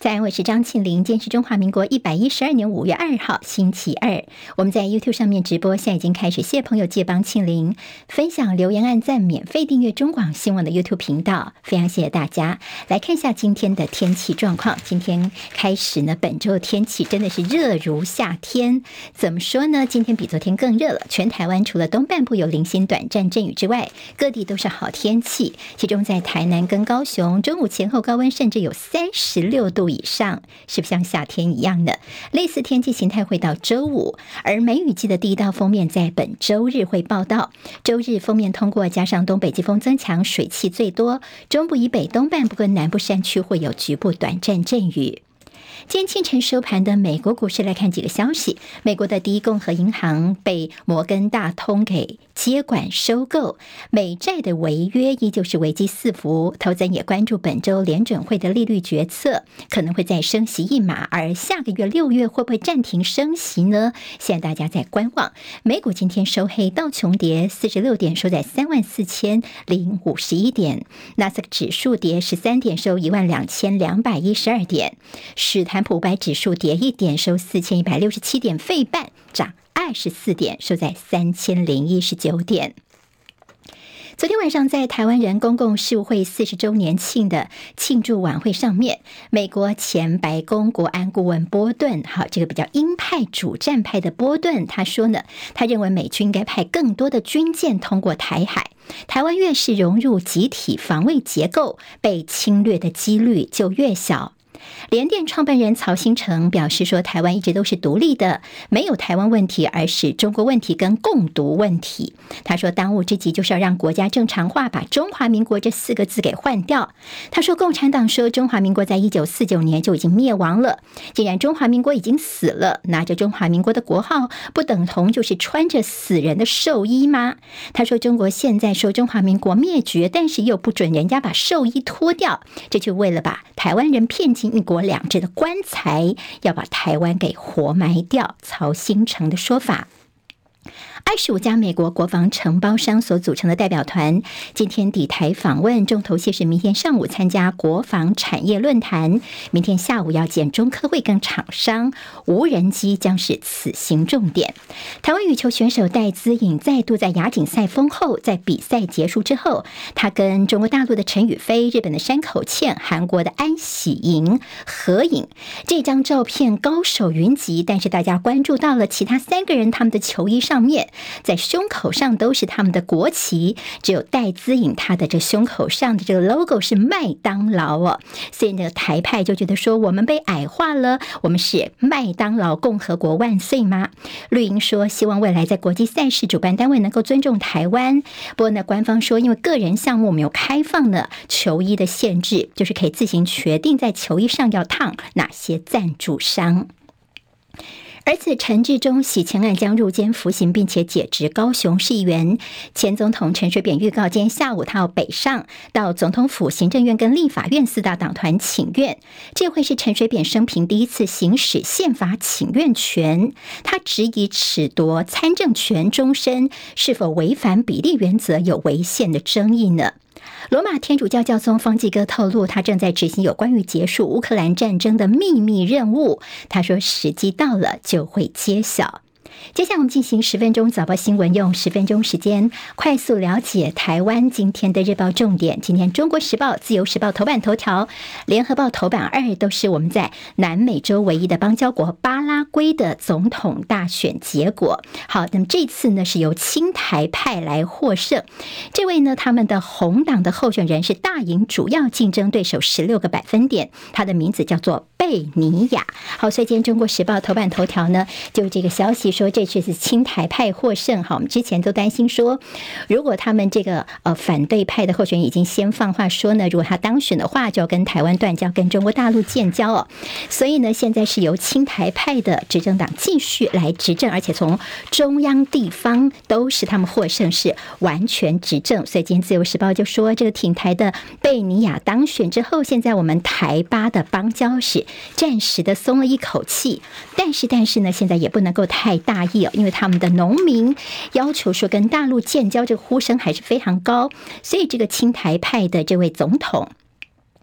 在安，我是张庆玲。今天是中华民国112年5月2号，星期二。我们在 YouTube 上面直播，现在已经开始。谢谢朋友借帮庆玲分享、留言、按赞、免费订阅中广新闻的 YouTube 频道，非常谢谢大家。来看一下今天的天气状况。今天开始呢，本周的天气真的是热如夏天。怎么说呢？今天比昨天更热了。全台湾除了东半部有零星短暂阵雨之外，各地都是好天气。其中在台南跟高雄，中午前后高温甚至有36度以上，是不是像夏天一样的？类似天气形态会到周五，而梅雨季的第一道锋面在本周日会报道。周日锋面通过，加上东北季风增强，水汽最多，中部以北东半部跟南部山区会有局部短暂阵雨。今天清晨收盘的美国股市来看几个消息。美国的第一共和银行被摩根大通给接管收购，美债的违约依旧是危机四伏。投资人也关注本周联准会的利率决策，可能会再升息一码，而下个月6月会不会暂停升息呢？现在大家在观望。美股今天收黑，道琼跌46点，收在34,051点；纳斯达克指数跌13点，收12212点；史坦普500指数跌1点，收4167点；费半涨24点，收在3019点。昨天晚上在台湾人公共事务会40周年庆的庆祝晚会上面，美国前白宫国安顾问波顿，这个比较鹰派主战派的波顿，他说呢，他认为美军应该派更多的军舰通过台海，台湾越是融入集体防卫结构，被侵略的几率就越小。联电创办人曹兴诚表示说，台湾一直都是独立的，没有台湾问题，而是中国问题跟共独问题。他说，当务之急就是要让国家正常化，把中华民国这4个字给换掉。他说，共产党说中华民国在1949年就已经灭亡了，既然中华民国已经死了，拿着中华民国的国号，不等同就是穿着死人的寿衣吗？他说，中国现在说中华民国灭绝，但是又不准人家把寿衣脱掉，这就为了把台湾人骗进1国2制的棺材，要把台湾给活埋掉。曹兴诚的说法。25家美国国防承包商所组成的代表团今天抵台访问，重头戏是明天上午参加国防产业论坛，明天下午要见中科会跟厂商，无人机将是此行重点。台湾羽球选手戴资颖再度在亚锦赛封后，在比赛结束之后，他跟中国大陆的陈雨菲、日本的山口茜、韩国的安喜莹合影，这张照片高手云集，但是大家关注到了其他3个人，他们的球衣上面在胸口上都是他们的国旗，只有戴资颖他的这胸口上的这个 logo 是麦当劳哦，所以呢台派就觉得说我们被矮化了，我们是麦当劳共和国万岁吗？绿营说希望未来在国际赛事主办单位能够尊重台湾，不过呢官方说因为个人项目没有开放的球衣的限制，就是可以自行决定在球衣上要烫哪些赞助商。而此陈致中洗钱案将入监服刑，并且解职高雄市议员。前总统陈水扁预告今天下午他要北上到总统府、行政院跟立法院4大党团请愿，这会是陈水扁生平第一次行使宪法请愿权。他质疑褫夺参政权终身是否违反比例原则，有违宪的争议呢？罗马天主教教宗方济各透露，他正在执行有关于结束乌克兰战争的秘密任务。他说，时机到了就会揭晓。接下来我们进行10分钟早报新闻，用10分钟时间快速了解台湾今天的日报重点。今天中国时报、自由时报头版头条，联合报头版2都是我们在南美洲唯一的邦交国巴拉圭的总统大选结果。好，那么这次呢是由亲台派来获胜，这位呢他们的红党的候选人是大赢主要竞争对手16个百分点，他的名字叫做贝尼亚。好，所以今天中国时报头版头条呢就这个消息说这次是亲台派获胜。好，我们之前都担心说，如果他们这个反对派的候选人已经先放话说呢，如果他当选的话，就要跟台湾断交，跟中国大陆建交哦。所以呢，现在是由亲台派的执政党继续来执政，而且从中央地方都是他们获胜，是完全执政。所以今天自由时报就说，这个挺台的贝尼亚当选之后，现在我们台巴的邦交是暂时的松了一口气，但是呢，现在也不能够太大意哦，因为他们的农民要求说跟大陆建交，这个呼声还是非常高，所以这个亲台派的这位总统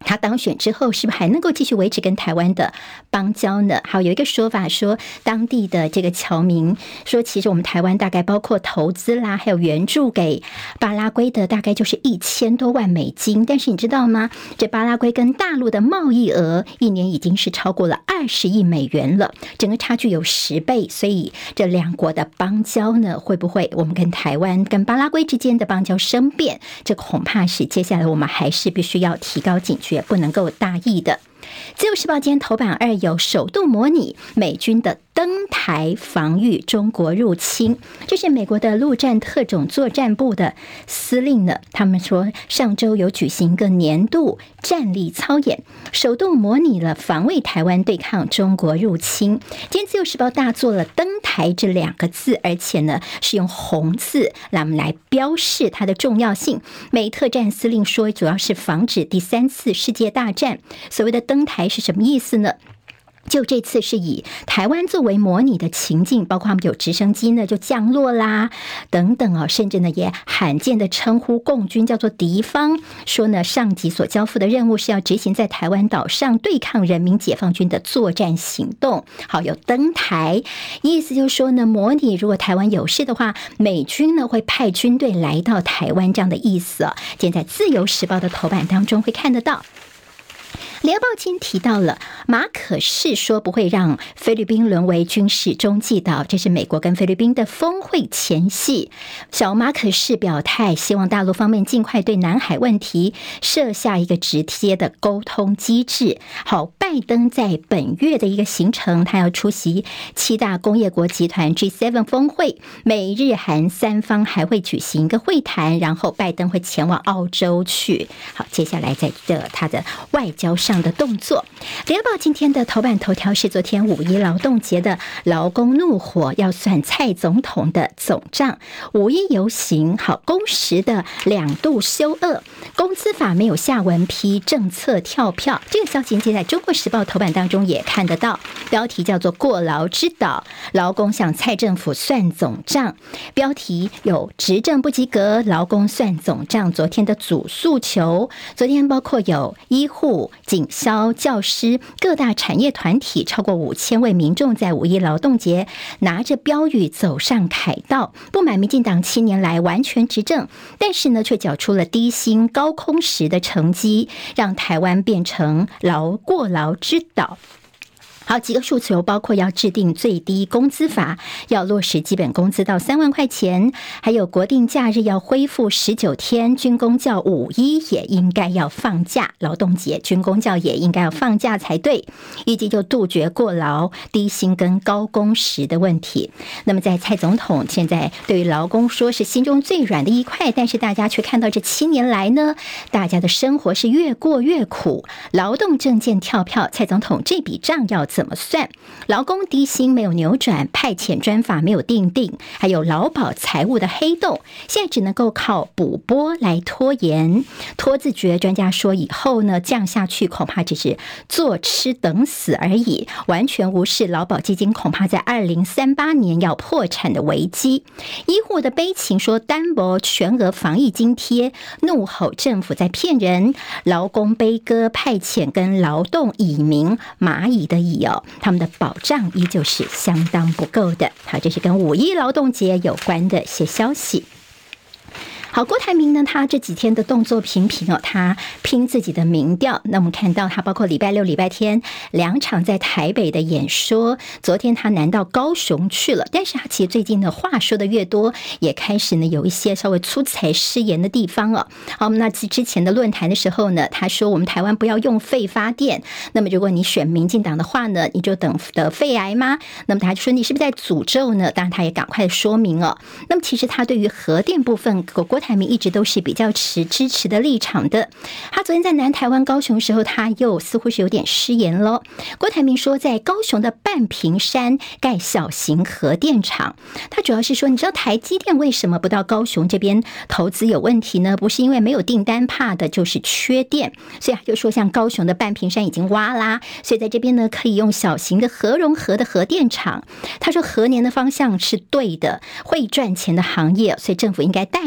他当选之后是不是还能够继续维持跟台湾的邦交呢？好，有一个说法说，当地的这个侨民说，其实我们台湾大概包括投资啦，还有援助给巴拉圭的大概就是1000多万美金。但是你知道吗？这巴拉圭跟大陆的贸易额一年已经是超过了20亿美元了，整个差距有10倍。所以这两国的邦交呢，会不会我们跟台湾跟巴拉圭之间的邦交生变？这恐怕是接下来我们还是必须要提高警觉，不能够大意的。自由时报今天头版2有首度模拟美军的登台防御中国入侵，这是美国的陆战特种作战部的司令呢，他们说上周有举行一个年度战力操演，首度模拟了防卫台湾对抗中国入侵。今天自由时报大做了登台这2个字，而且呢是用红字来标示它的重要性。美特战司令说，主要是防止第3次世界大战。所谓的登台是什么意思呢？就这次是以台湾作为模拟的情境，包括他们有直升机呢就降落啦等等甚至呢也罕见的称呼共军叫做敌方，说呢上级所交付的任务是要执行在台湾岛上对抗人民解放军的作战行动。好，有登台，意思就是说呢，模拟如果台湾有事的话，美军呢会派军队来到台湾这样的意思今天在自由时报的头版当中会看得到。联合报今天提到了马可仕说不会让菲律宾沦为军事中继岛，这是美国跟菲律宾的峰会前夕。小马可仕表态，希望大陆方面尽快对南海问题设下一个直接的沟通机制。好，拜登在本月的一个行程，他要出席7大工业国集团 G7 峰会，美日韩3方还会举行一个会谈，然后拜登会前往澳洲去。好，接下来在他的外交上的动作。联合报今天的头版头条是昨天5·1劳动节的劳工怒火，要算蔡总统的总账。5·1游行，好，工时的2度修恶，工资法没有下文批，政策跳票。这个消息在中国时报头版当中也看得到，标题叫做过劳之岛，劳工向蔡政府算总账。标题有执政不及格，劳工算总账。昨天的主诉求，昨天包括有医护、警消、教师、各大产业团体，超过5000位民众在5·1劳动节拿着标语走上凯道，不满民进党7年来完全执政，但是呢却缴出了低薪高工时的成绩，让台湾变成过劳之岛。好，几个诉求包括要制定最低工资法，要落实基本工资到3万块钱，还有国定假日要恢复19天，军公教5·1也应该要放假，劳动节军公教也应该要放假才对，以及就杜绝过劳、低薪跟高工时的问题。那么在蔡总统现在对于劳工说是心中最软的一块，但是大家却看到这7年来呢，大家的生活是越过越苦，劳动政见跳票，蔡总统这笔账要怎么算？劳工低薪没有扭转，派遣专法没有定，还有劳保财务的黑洞，现在只能够靠补拨来拖延。拖字诀，专家说以后呢降下去恐怕只是坐吃等死而已，完全无视劳保基金恐怕在2038年要破产的危机。医护的悲情说单薄全额防疫津贴，怒吼政府在骗人。劳工悲歌派遣跟劳动蚁民，蚂蚁的蚁他们的保障依旧是相当不够的。好，这是跟5·1劳动节有关的一些消息。好，郭台铭呢，他这几天的动作频频他拼自己的民调。那我们看到他包括礼拜六、礼拜天2场在台北的演说，昨天他南到高雄去了，但是他其实最近的话说的越多，也开始呢有一些稍微出彩失言的地方好，那之前的论坛的时候呢，他说我们台湾不要用肺发电，那么如果你选民进党的话呢，你就等得肺癌吗？那么他就说你是不是在诅咒呢？当然他也赶快说明那么其实他对于核电部分，郭台铭一直都是比较支持的立场的。他昨天在南台湾高雄的时候，他又似乎是有点失言了。郭台铭说在高雄的半屏山盖小型核电厂，他主要是说你知道台积电为什么不到高雄这边投资有问题呢？不是因为没有订单，怕的就是缺电。所以他就说像高雄的半屏山已经挖啦，所以在这边呢可以用小型的核融合的核电厂。他说核年的方向是对的，会赚钱的行业，所以政府应该带头来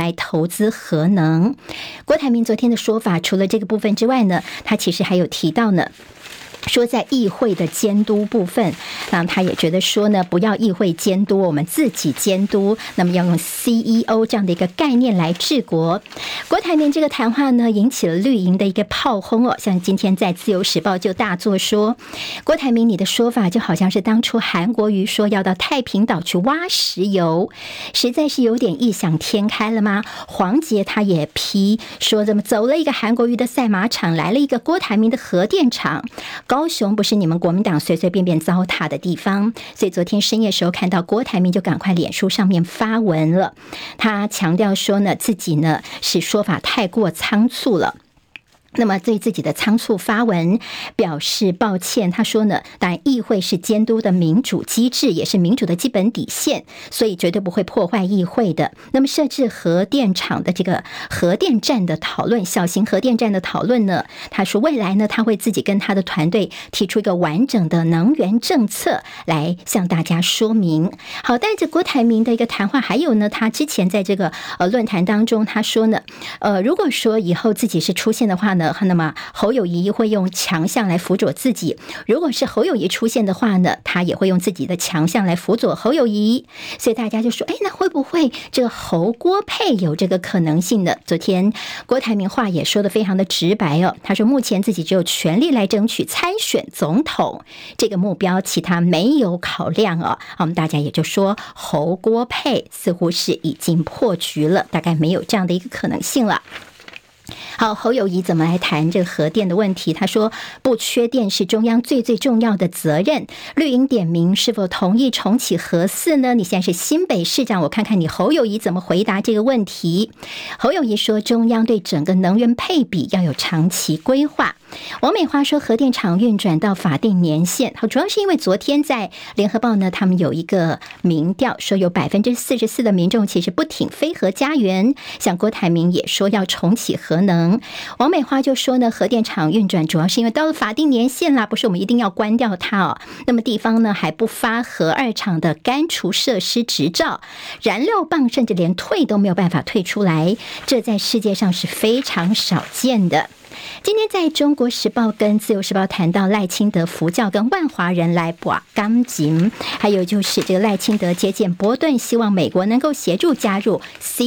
来投资核能。郭台铭昨天的说法，除了这个部分之外呢，他其实还有提到呢，说在议会的监督部分，那他也觉得说呢，不要议会监督，我们自己监督，那么要用 CEO 这样的一个概念来治国。郭台铭这个谈话呢，引起了绿营的一个炮轰哦，像今天在自由时报就大作说，郭台铭你的说法就好像是当初韩国瑜说要到太平岛去挖石油，实在是有点异想天开了吗？黄捷他也批说，怎么走了一个韩国瑜的赛马场，来了一个郭台铭的核电厂，高雄不是你们国民党随随便便糟蹋的地方，所以昨天深夜时候看到郭台铭就赶快脸书上面发文了，他强调说呢，自己呢是说法太过仓促了。那么对自己的仓促发文表示抱歉，他说呢，当然议会是监督的民主机制，也是民主的基本底线，所以绝对不会破坏议会的。那么设置核电厂的这个核电站的讨论，小型核电站的讨论呢，他说未来呢，他会自己跟他的团队提出一个完整的能源政策来向大家说明。好，带着郭台铭的一个谈话，还有呢，他之前在这个论坛当中，他说呢，如果说以后自己是出现的话呢，那么侯友宜会用强项来辅佐自己，如果是侯友宜出现的话呢，他也会用自己的强项来辅佐侯友宜，所以大家就说，那会不会这个侯郭配有这个可能性呢？昨天郭台铭话也说得非常的直白哦，他说目前自己只有全力来争取参选总统这个目标，其他没有考量哦。我们大家也就说侯郭配似乎是已经破局了，大概没有这样的一个可能性了。好，侯友宜怎么来谈这个核电的问题？他说不缺电是中央最重要的责任。绿营点名是否同意重启核四呢？你现在是新北市长，我看看你侯友宜怎么回答这个问题。侯友宜说，中央对整个能源配比要有长期规划。王美花说，核电厂运转到法定年限，好，主要是因为昨天在联合报呢，他们有一个民调说有44%的民众其实不挺非核家园，像郭台铭也说要重启核能。王美花就说呢，核电厂运转主要是因为到了法定年限啦，不是我们一定要关掉它哦。那么地方呢还不发核二厂的干除设施执照，燃料棒甚至连退都没有办法退出来，这在世界上是非常少见的。今天在中国时报跟自由时报谈到赖清德扶教跟万华人来把钢琴，还有就是这个赖清德接见波顿，希望美国能够协助加入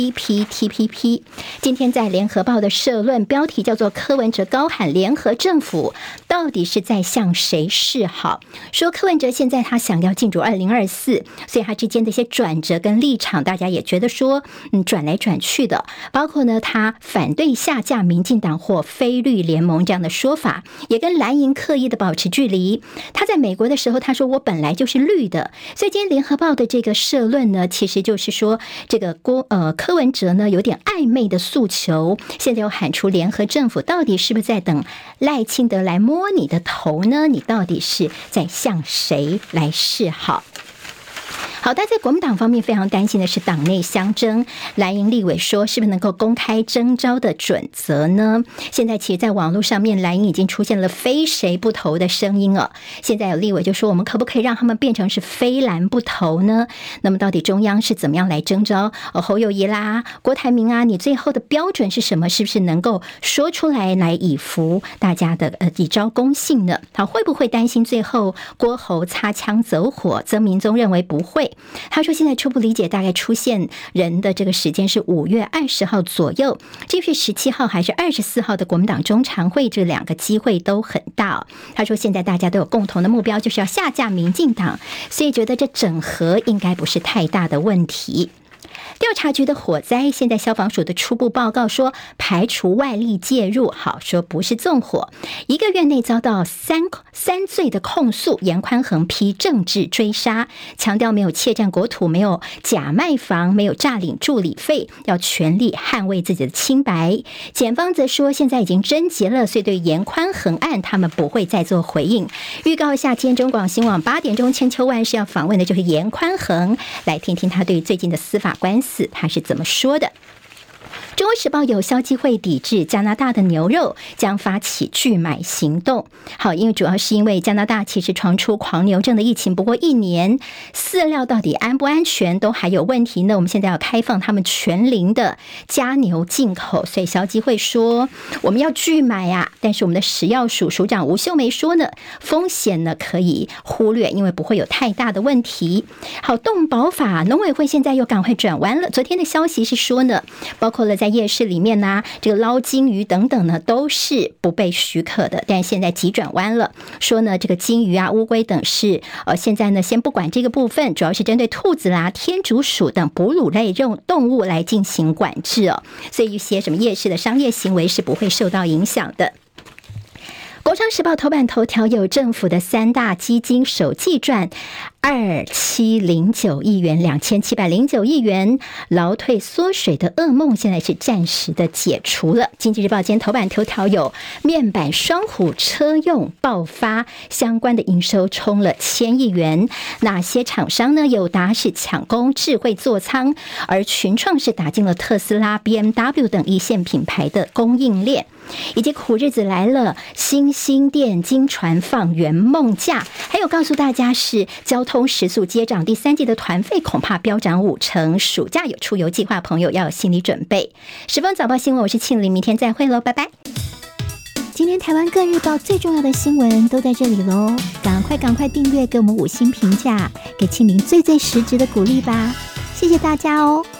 CPTPP。 今天在联合报的社论标题叫做柯文哲高喊联合政府到底是在向谁示好，说柯文哲现在他想要进入2024，所以他之间的一些转折跟立场大家也觉得说转来转去的，包括呢他反对下架民进党或非绿联盟这样的说法，也跟蓝营刻意的保持距离。他在美国的时候他说我本来就是绿的，所以今天联合报的这个社论呢，其实就是说这个柯文哲呢有点暧昧的诉求，现在又喊出联合政府，到底是不是在等赖清德来摸你的头呢？你到底是在向谁来示好？好，但在国民党方面非常担心的是党内相争，蓝营立委说是不是能够公开征召的准则呢？现在其实在网络上面蓝营已经出现了非谁不投的声音了，现在有立委就说我们可不可以让他们变成是非蓝不投呢？那么到底中央是怎么样来征召侯友宜啦、郭台铭啊，你最后的标准是什么？是不是能够说出来以服大家的以招公信呢？他会不会担心最后郭侯擦枪走火？曾明宗认为不会，他说现在初步理解大概出现人的这个时间是5月20号左右，至于17号还是24号的国民党中常会，这2个机会都很大他说现在大家都有共同的目标，就是要下架民进党，所以觉得这整合应该不是太大的问题。调查局的火灾，现在消防署的初步报告说排除外力介入，好说不是纵火，1个月内遭到三罪的控诉，严宽恒批政治追杀，强调没有窃占国土，没有假卖房，没有诈领助理费，要全力捍卫自己的清白。检方则说现在已经侦结了，所以对严宽恒案他们不会再做回应。预告一下，今天中广新闻8点钟千秋万是要访问的就是严宽恒，来听听他对最近的司法官司他是怎么说的。 中国时报有消基会抵制加拿大的牛肉，将发起拒买行动。好，因为主要是因为加拿大其实传出狂牛症的疫情不过1年，饲料到底安不安全都还有问题呢。我们现在要开放他们全龄的家牛进口，所以消基会说我们要拒买啊。但是我们的食药署署长吴秀梅说呢，风险呢可以忽略，因为不会有太大的问题。好，动保法农委会现在又赶快转弯了。昨天的消息是说呢，包括了在夜市里面呢，这个捞金鱼等等呢，都是不被许可的。但现在急转弯了，说呢这个金鱼啊、乌龟等是现在呢先不管这个部分，主要是针对兔子啦、天竺鼠等哺乳类动物来进行管制哦。所以一些什么夜市的商业行为是不会受到影响的。国商时报头版头条有政府的3大基金首季赚2709亿元，2709亿元，劳退缩水的噩梦现在是暂时的解除了。经济日报今天头版头条有面板双虎车用爆发，相关的营收冲了1000亿元。哪些厂商呢？友达是抢攻智慧座舱，而群创是打进了特斯拉、BMW 等一线品牌的供应链。以及苦日子来了，新兴电金船放圆梦价，还有告诉大家是交通时速接涨，第3季的团费恐怕飙涨50%，暑假有出游计划，朋友要有心理准备。10分早报新闻，我是庆玲，明天再会喽，拜拜。 今天台湾各日报最重要的新闻都在这里喽，赶快订阅，给我们5星评价，给庆玲最实质的鼓励吧，谢谢大家哦。